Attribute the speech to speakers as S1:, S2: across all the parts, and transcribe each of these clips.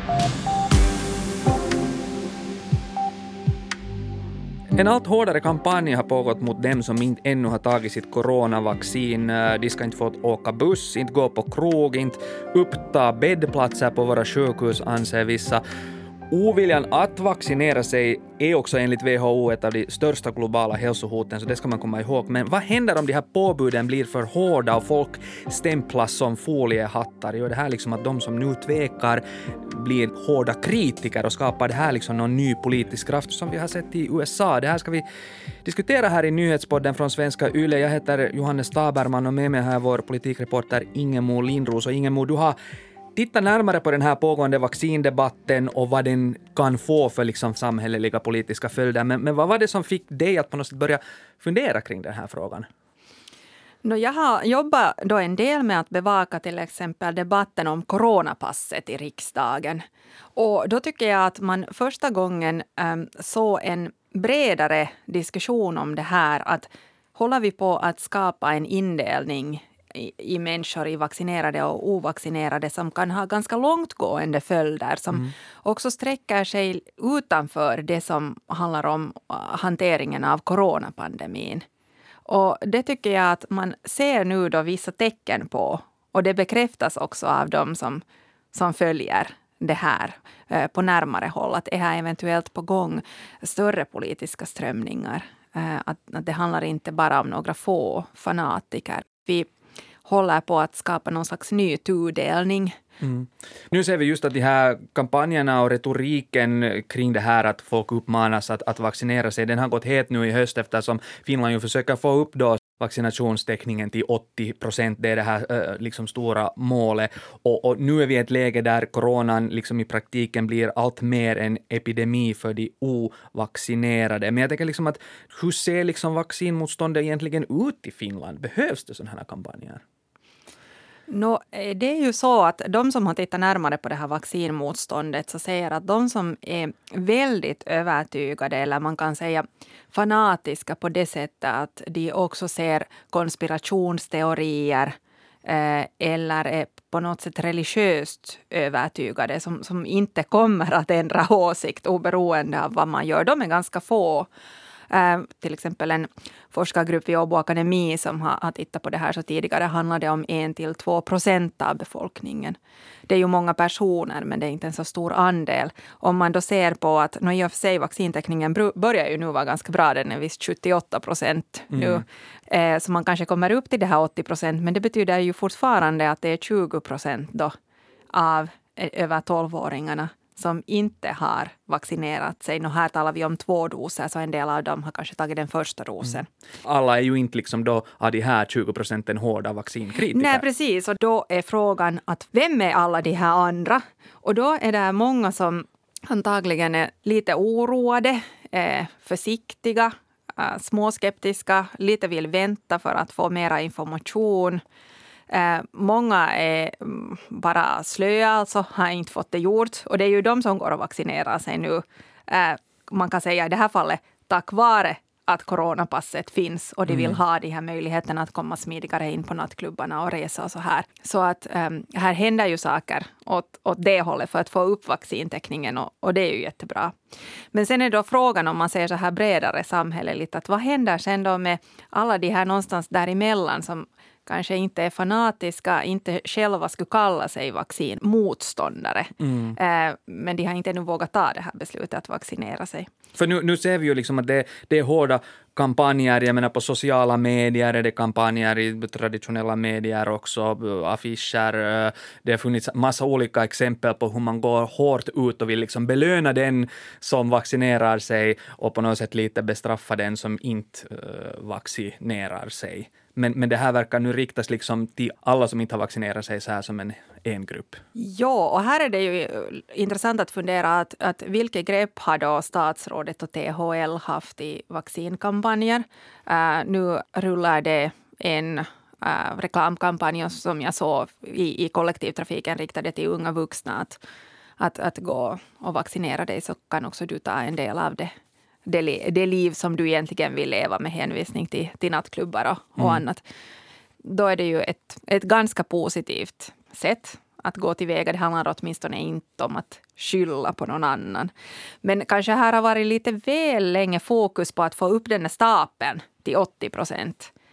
S1: En allt hårdare kampanj har pågått mot dem som inte ännu har tagit sitt coronavaccin. De ska inte få åka buss, inte gå på krog, inte uppta bäddplatser på våra sjukhus, anser vissa. Oviljan att vaccinera sig är också enligt WHO ett av de största globala hälsohoten, så det ska man komma ihåg. Men vad händer om de här påbuden blir för hårda och folk stämplas som foliehattar? Jo, det här liksom att de som nu tvekar blir hårda kritiker och skapar det här liksom någon ny politisk kraft som vi har sett i USA. Det här ska vi diskutera här i nyhetspodden från Svenska Yle. Jag heter Johannes Taberman och med mig här vår politikreporter Ingemo Lindros. Och Ingemo, du har titta närmare på den här pågående vaccindebatten och vad den kan få för liksom samhälleliga politiska följder. Men vad var det som fick dig att på något sätt börja fundera kring den här frågan?
S2: Jag har jobbat då en del med att bevaka till exempel debatten om coronapasset i riksdagen. Och då tycker jag att man första gången såg en bredare diskussion om det här. Att håller vi på att skapa en indelning i människor, i vaccinerade och ovaccinerade, som kan ha ganska långtgående följder som också sträcker sig utanför det som handlar om hanteringen av coronapandemin. Och det tycker jag att man ser nu då vissa tecken på, och det bekräftas också av de som följer det här på närmare håll, att det här eventuellt på gång större politiska strömningar. Att det handlar inte bara om några få fanatiker. Vi håller på att skapa någon slags ny tudelning.
S1: Nu ser vi just att de här kampanjerna och retoriken kring det här att folk uppmanas att vaccinera sig, den har gått het nu i höst eftersom Finland ju försöker få upp då vaccinationstäckningen till 80%. Det är det här liksom stora målet. Och nu är vi i ett läge där coronan liksom i praktiken blir allt mer en epidemi för de ovaccinerade. Men jag tänker liksom att hur ser liksom vaccinmotståndet egentligen ut i Finland? Behövs det sådana här kampanjer?
S2: Det är ju så att de som har tittat närmare på det här vaccinmotståndet så säger att de som är väldigt övertygade, eller man kan säga fanatiska på det sättet att de också ser konspirationsteorier eller är på något sätt religiöst övertygade som inte kommer att ändra åsikt oberoende av vad man gör. De är ganska få. Till exempel en forskargrupp vid Åbo Akademi som har tittat på det här så tidigare handlade om 1-2% av befolkningen. Det är ju många personer, men det är inte en så stor andel. Om man då ser på att i och för sig vaccintäckningen börjar ju nu vara ganska bra, den är visst 78% nu. Så man kanske kommer upp till det här 80%, men det betyder ju fortfarande att det är 20% då av över 12-åringarna som inte har vaccinerat sig. Och här talar vi om 2 doser, så en del av dem har kanske tagit den första dosen.
S1: Alla är ju inte liksom då av de här 20% hårda vaccinkritiker.
S2: Nej, precis. Och då är frågan att vem är alla de här andra? Och då är det många som antagligen är lite oroade, försiktiga, småskeptiska, lite vill vänta för att få mera information. Många är bara slöa, alltså har inte fått det gjort. Och det är ju de som går och vaccinerar sig nu. Man kan säga i det här fallet tack vare att coronapasset finns och de vill ha de här möjligheterna att komma smidigare in på nattklubbarna och resa och så här. Så att här händer ju saker åt det hållet för att få upp vaccintäckningen och det är ju jättebra. Men sen är då frågan, om man ser så här bredare samhälleligt, att vad händer sen då med alla de här någonstans däremellan som kanske inte är fanatiska, inte själva skulle kalla sig vaccinmotståndare. Men de har inte ännu vågat ta det här beslutet att vaccinera sig.
S1: För nu ser vi ju liksom att det är hårda kampanjer, jag menar på sociala medier är det kampanjer, i traditionella medier också, affischer. Det har funnits massa olika exempel på hur man går hårt ut och vill liksom belöna den som vaccinerar sig och på något sätt lite bestraffa den som inte vaccinerar sig. Men det här verkar nu riktas liksom till alla som inte har vaccinerat sig så här som en grupp.
S2: Ja, och här är det ju intressant att fundera att vilket grepp har då statsrådet och THL haft i vaccinkampanjer. Nu rullar det en reklamkampanj som jag såg i kollektivtrafiken riktade till unga vuxna att gå och vaccinera dig, så kan också du ta en del av det liv som du egentligen vill leva med hänvisning till nattklubbar och annat. Då är det ju ett ganska positivt sätt att gå tillväga. Det handlar åtminstone inte om att skylla på någon annan. Men kanske här har varit lite väl länge fokus på att få upp den här stapeln till 80%.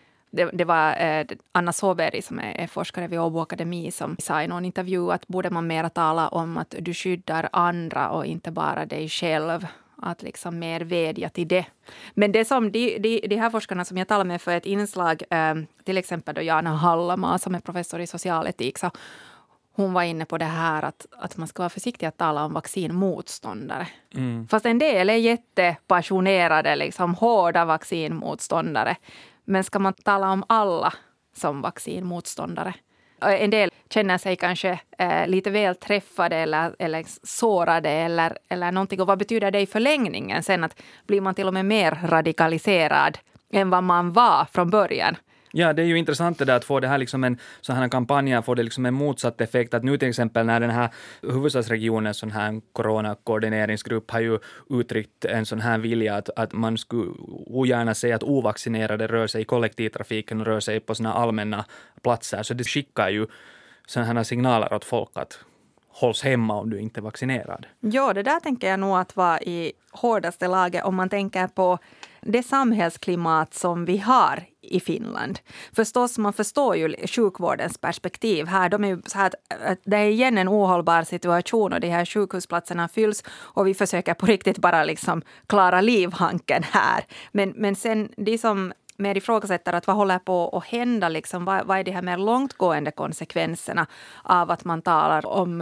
S2: Det var Anna Såberg som är forskare vid Åbo Akademi som sa i någon intervju att borde man mera tala om att du skyddar andra och inte bara dig själv. Att liksom mer vädja till det. Men det som de här forskarna som jag talade med för ett inslag, till exempel då Jana Hallama som är professor i socialetik, så hon var inne på det här att man ska vara försiktig att tala om vaccinmotståndare. Fast en del är jättepassionerade, liksom hårda vaccinmotståndare. Men ska man tala om alla som vaccinmotståndare? En del känner sig kanske lite väl träffade eller sårade eller någonting. Och vad betyder det i förlängningen sen? Att blir man till och med mer radikaliserad än vad man var från början?
S1: Ja, det är ju intressant det där att få det här liksom en sån här kampanj, få det liksom en motsatt effekt. Att nu till exempel när den här huvudstadsregionens sån här coronakoordineringsgrupp har ju uttryckt en sån här vilja att man skulle ogärna säga att ovaccinerade rör sig i kollektivtrafiken och rör sig på såna allmänna platser. Så det skickar ju såna här signaler åt folk att hålls hemma om du inte är vaccinerad.
S2: Ja, det där tänker jag nog att vara i hårdaste laget om man tänker på det samhällsklimat som vi har i Finland. Förstås, man förstår ju sjukvårdens perspektiv här. De är ju så här att det är igen en ohållbar situation och de här sjukhusplatserna fylls och vi försöker på riktigt bara liksom klara livhanken här. Men sen de som mer ifrågasätter att vad håller på att hända, liksom, vad är de här mer långtgående konsekvenserna av att man talar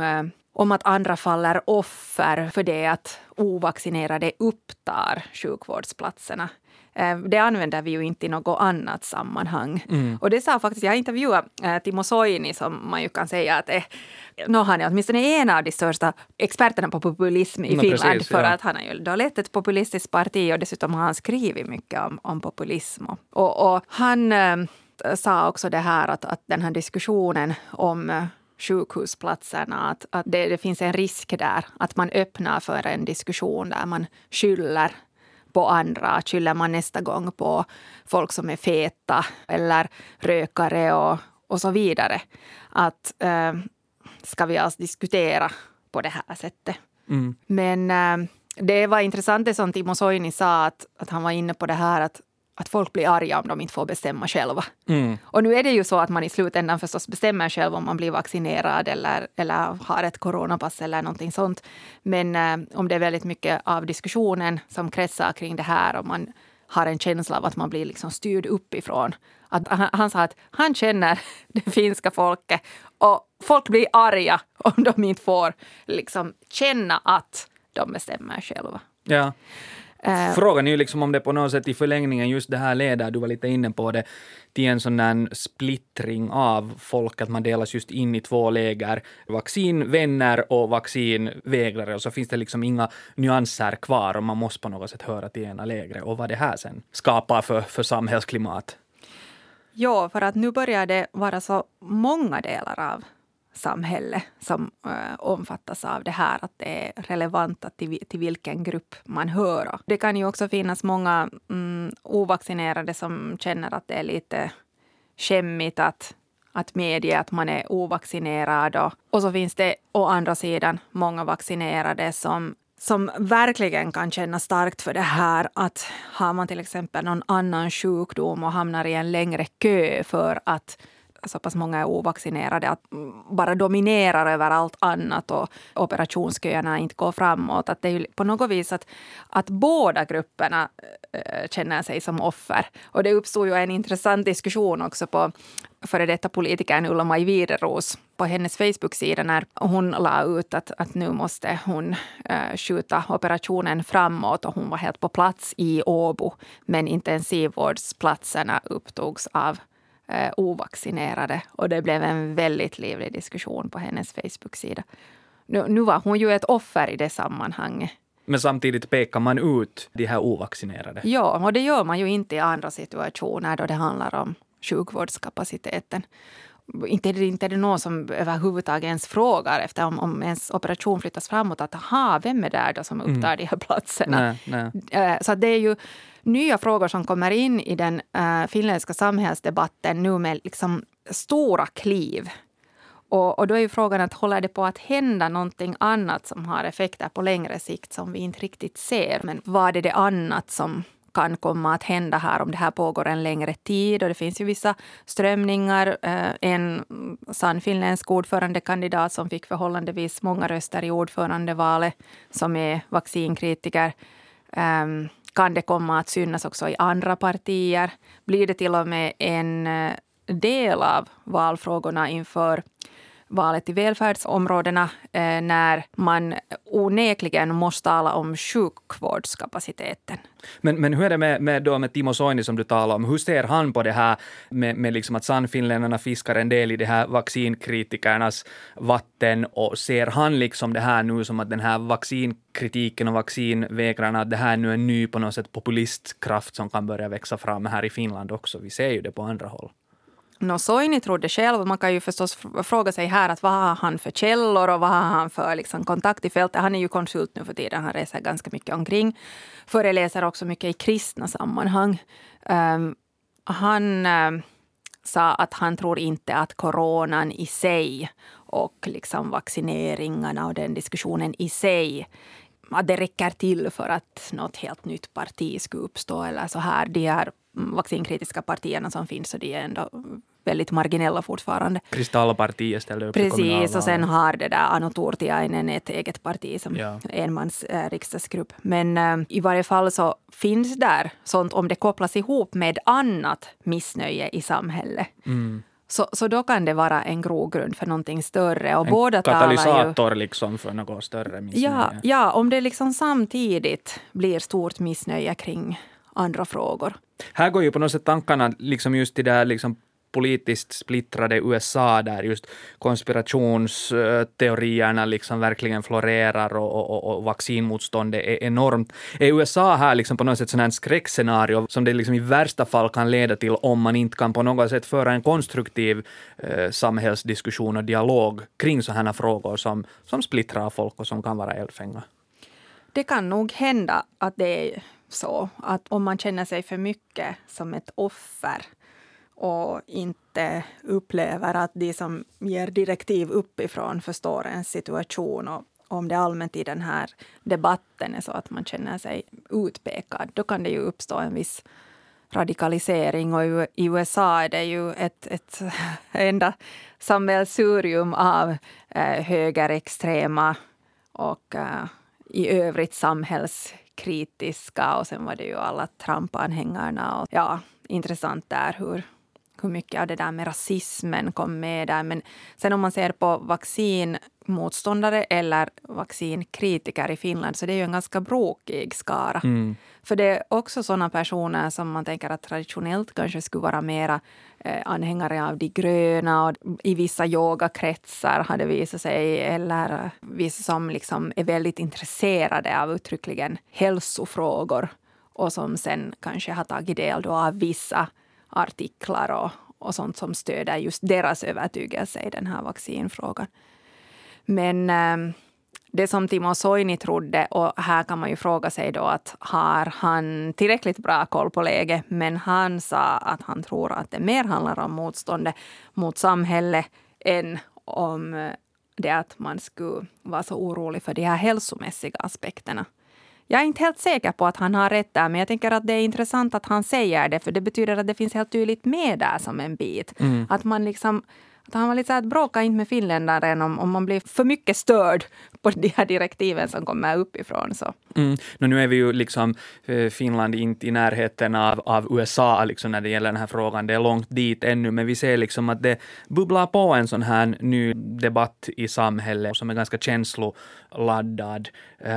S2: om att andra faller offer för det att ovaccinerade upptar sjukvårdsplatserna. Det använder vi ju inte i något annat sammanhang. Och det sa faktiskt, jag har intervjuat Timo Soini som man ju kan säga att han är åtminstone en av de största experterna på populism i Finland. Precis, för att han har ju då lett ett populistiskt parti och dessutom har han skrivit mycket om populism. Och han sa också det här att den här diskussionen om sjukhusplatserna, att det finns en risk där att man öppnar för en diskussion där man skyller på andra. Skyller man nästa gång på folk som är feta eller rökare och så vidare. Att ska vi alltså diskutera på det här sättet. Men det var intressant det som Timo Soini sa att han var inne på det här att folk blir arga om de inte får bestämma själva. Och nu är det ju så att man i slutändan förstås bestämmer själv om man blir vaccinerad eller har ett coronapass eller någonting sånt. Men om det är väldigt mycket av diskussionen som kretsar kring det här och man har en känsla av att man blir liksom styrd uppifrån. Han sa att han känner det finska folket och folk blir arga om de inte får liksom känna att de bestämmer själva.
S1: Ja. Frågan är ju liksom om det på något sätt i förlängningen just det här leder, du var lite inne på det, till en sån där splittring av folk, att man delas just in i två läger, vaccinvänner och vaccinvägrare, och så finns det liksom inga nyanser kvar och man måste på något sätt höra till ena lägret. Och vad det här sen skapar för samhällsklimat.
S2: Ja, för att nu börjar det vara så många delar av samhälle som omfattas av det här, att det är relevant till vilken grupp man hör. Det kan ju också finnas många ovaccinerade som känner att det är lite skämmigt att medge att man är ovaccinerad. Och så finns det å andra sidan många vaccinerade som verkligen kan känna starkt för det här, att har man till exempel någon annan sjukdom och hamnar i en längre kö för att så pass många är ovaccinerade att bara dominerar över allt annat och operationsköerna inte går framåt. Att det är på något vis att båda grupperna känner sig som offer. Och det uppstod ju en intressant diskussion också på före detta politikern Ulla-Maj Wideros på hennes Facebook-sida när hon la ut att nu måste hon skjuta operationen framåt, och hon var helt på plats i Åbo, men intensivvårdsplatserna upptogs av ovaccinerade, och det blev en väldigt livlig diskussion på hennes Facebook-sida. Nu var hon ju ett offer i det sammanhanget.
S1: Men samtidigt pekar man ut de här ovaccinerade. Ja,
S2: och det gör man ju inte i andra situationer då det handlar om sjukvårdskapaciteten. Inte är det någon som överhuvudtaget ens frågar efter om ens operation flyttas framåt, att vem är där då som upptar de här platserna.
S1: Nej.
S2: Så det är ju nya frågor som kommer in i den finländska samhällsdebatten nu med liksom stora kliv. Och då är ju frågan att håller det på att hända någonting annat som har effekter på längre sikt som vi inte riktigt ser. Men vad är det annat som kan komma att hända här om det här pågår en längre tid? Och det finns ju vissa strömningar. En sannfinländsk ordförandekandidat som fick förhållandevis många röster i ordförandevalet som är vaccinkritiker. Kan det komma att synas också i andra partier? Blir det till och med en del av valfrågorna inför valet i välfärdsområdena när man onekligen måste tala om sjukvårdskapaciteten?
S1: Men hur är det med Timo Soini som du talar om? Hur ser han på det här med liksom att sannfinländarna fiskar en del i det här vaccinkritikernas vatten, och ser han liksom det här nu som att den här vaccinkritiken och vaccinvägrarna, att det här nu är en ny på något sätt populistkraft som kan börja växa fram här i Finland också? Vi ser ju det på andra håll.
S2: Soini trodde själv, man kan ju förstås fråga sig här att vad har han för källor och vad har han för liksom kontakt i fältet. Han är ju konsult nu för tiden, han reser ganska mycket omkring. Föreläser också mycket i kristna sammanhang. Han sa att han tror inte att coronan i sig och liksom vaccineringarna och den diskussionen i sig, att det räcker till för att något helt nytt parti skulle uppstå eller så här. De här vaccinkritiska partierna som finns, och de är ändå väldigt marginella fortfarande.
S1: Kristallpartiet ställde upp.
S2: Precis, och sen har det där Ano Turtiainen ett eget parti som enmans riksdagsgrupp. Men i varje fall så finns där sånt om det kopplas ihop med annat missnöje i samhället. Mm. Så då kan det vara en grogrund för någonting större. Och
S1: en båda katalysator liksom för något större missnöje.
S2: Ja, om det liksom samtidigt blir stort missnöje kring andra frågor.
S1: Här går ju på något sätt tankarna liksom just i det där liksom politiskt splittrade USA där just konspirationsteorierna liksom verkligen florerar och vaccinmotståndet är enormt. Är USA här liksom på något sätt sån här skräckscenario som det liksom i värsta fall kan leda till om man inte kan på något sätt föra en konstruktiv samhällsdiskussion och dialog kring sådana frågor som splittrar folk och som kan vara eldfänga?
S2: Det kan nog hända att det är så att om man känner sig för mycket som ett offer och inte upplever att de som ger direktiv uppifrån förstår en situation, och om det allmänt i den här debatten är så att man känner sig utpekad, då kan det ju uppstå en viss radikalisering. Och i USA är det ju ett enda sammelsurium av högerextrema och i övrigt samhällskritiska, och sen var det ju alla Trump-anhängarna. Och ja, intressant där hur mycket av det där med rasismen kom med där. Men sen om man ser på vaccinmotståndare eller vaccinkritiker i Finland, så det är ju en ganska brokig skara. Mm. För det är också sådana personer som man tänker att traditionellt kanske skulle vara mera anhängare av de gröna, och i vissa yogakretsar har det visat sig, eller vissa som liksom är väldigt intresserade av uttryckligen hälsofrågor och som sen kanske har tagit del då av vissa artiklar och sånt som stöder just deras övertygelse i den här vaccinfrågan. Men det som Timo Soini trodde, och här kan man ju fråga sig då att har han tillräckligt bra koll på läget, men han sa att han tror att det mer handlar om motståndet mot samhället än om det att man skulle vara så orolig för de här hälsomässiga aspekterna. Jag är inte helt säker på att han har rätt där, men jag tänker att det är intressant att han säger det, för det betyder att det finns helt tydligt med där som en bit. Mm. Att man liksom, att han var lite så att bråka inte med finländaren om man blir för mycket störd på de här direktiven som kommer uppifrån. Så.
S1: Mm. Nu är vi ju liksom Finland inte i närheten av USA liksom när det gäller den här frågan. Det är långt dit ännu, men vi ser liksom att det bubblar på en sån här ny debatt i samhället som är ganska känsloladdad.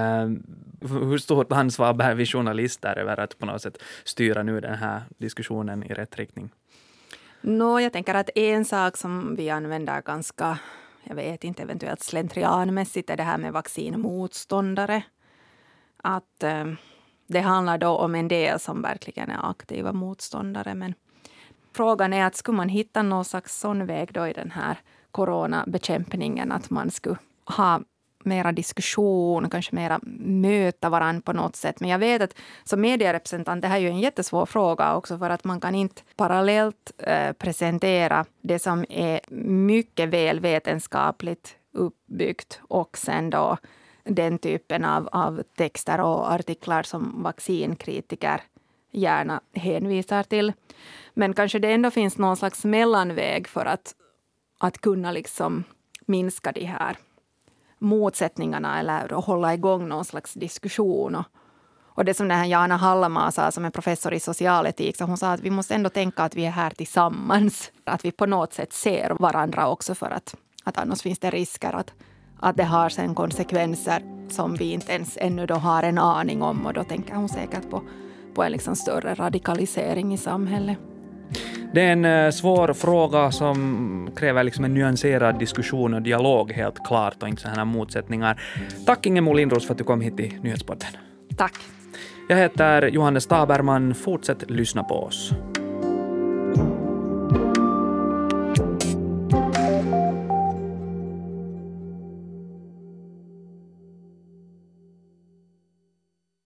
S1: Hur stort ansvar bär vi journalister över att på något sätt styra nu den här diskussionen i rätt riktning?
S2: Jag tänker att en sak som vi använder ganska, jag vet inte, eventuellt slentrianmässigt är det här med vaccinmotståndare. Att det handlar då om en del som verkligen är aktiva motståndare. Men frågan är att skulle man hitta någon slags sån väg då i den här coronabekämpningen, att man skulle ha mera diskussion, kanske mera möta varandra på något sätt. Men jag vet att som medierepresentant, det här är ju en jättesvår fråga också, för att man kan inte parallellt presentera det som är mycket väl vetenskapligt uppbyggt och sen då den typen av texter och artiklar som vaccinkritiker gärna hänvisar till. Men kanske det ändå finns någon slags mellanväg för att kunna liksom minska de här motsättningarna eller hålla igång någon slags diskussion. Och det som den här Jana Hallamaa sa, som är professor i socialetik, så hon sa att vi måste ändå tänka att vi är här tillsammans. Att vi på något sätt ser varandra också, för att annars finns det risker att det har sen konsekvenser som vi inte ens ännu då har en aning om. Och då tänker hon säkert på en liksom större radikalisering i samhället.
S1: Det är en svår fråga som kräver liksom en nyanserad diskussion och dialog, helt klart, och inte sådana här motsättningar. Tack Ingemo Lindros för att du kom hit till Nyhetspodden.
S2: Tack.
S1: Jag heter Johannes Taberman. Fortsätt lyssna på oss.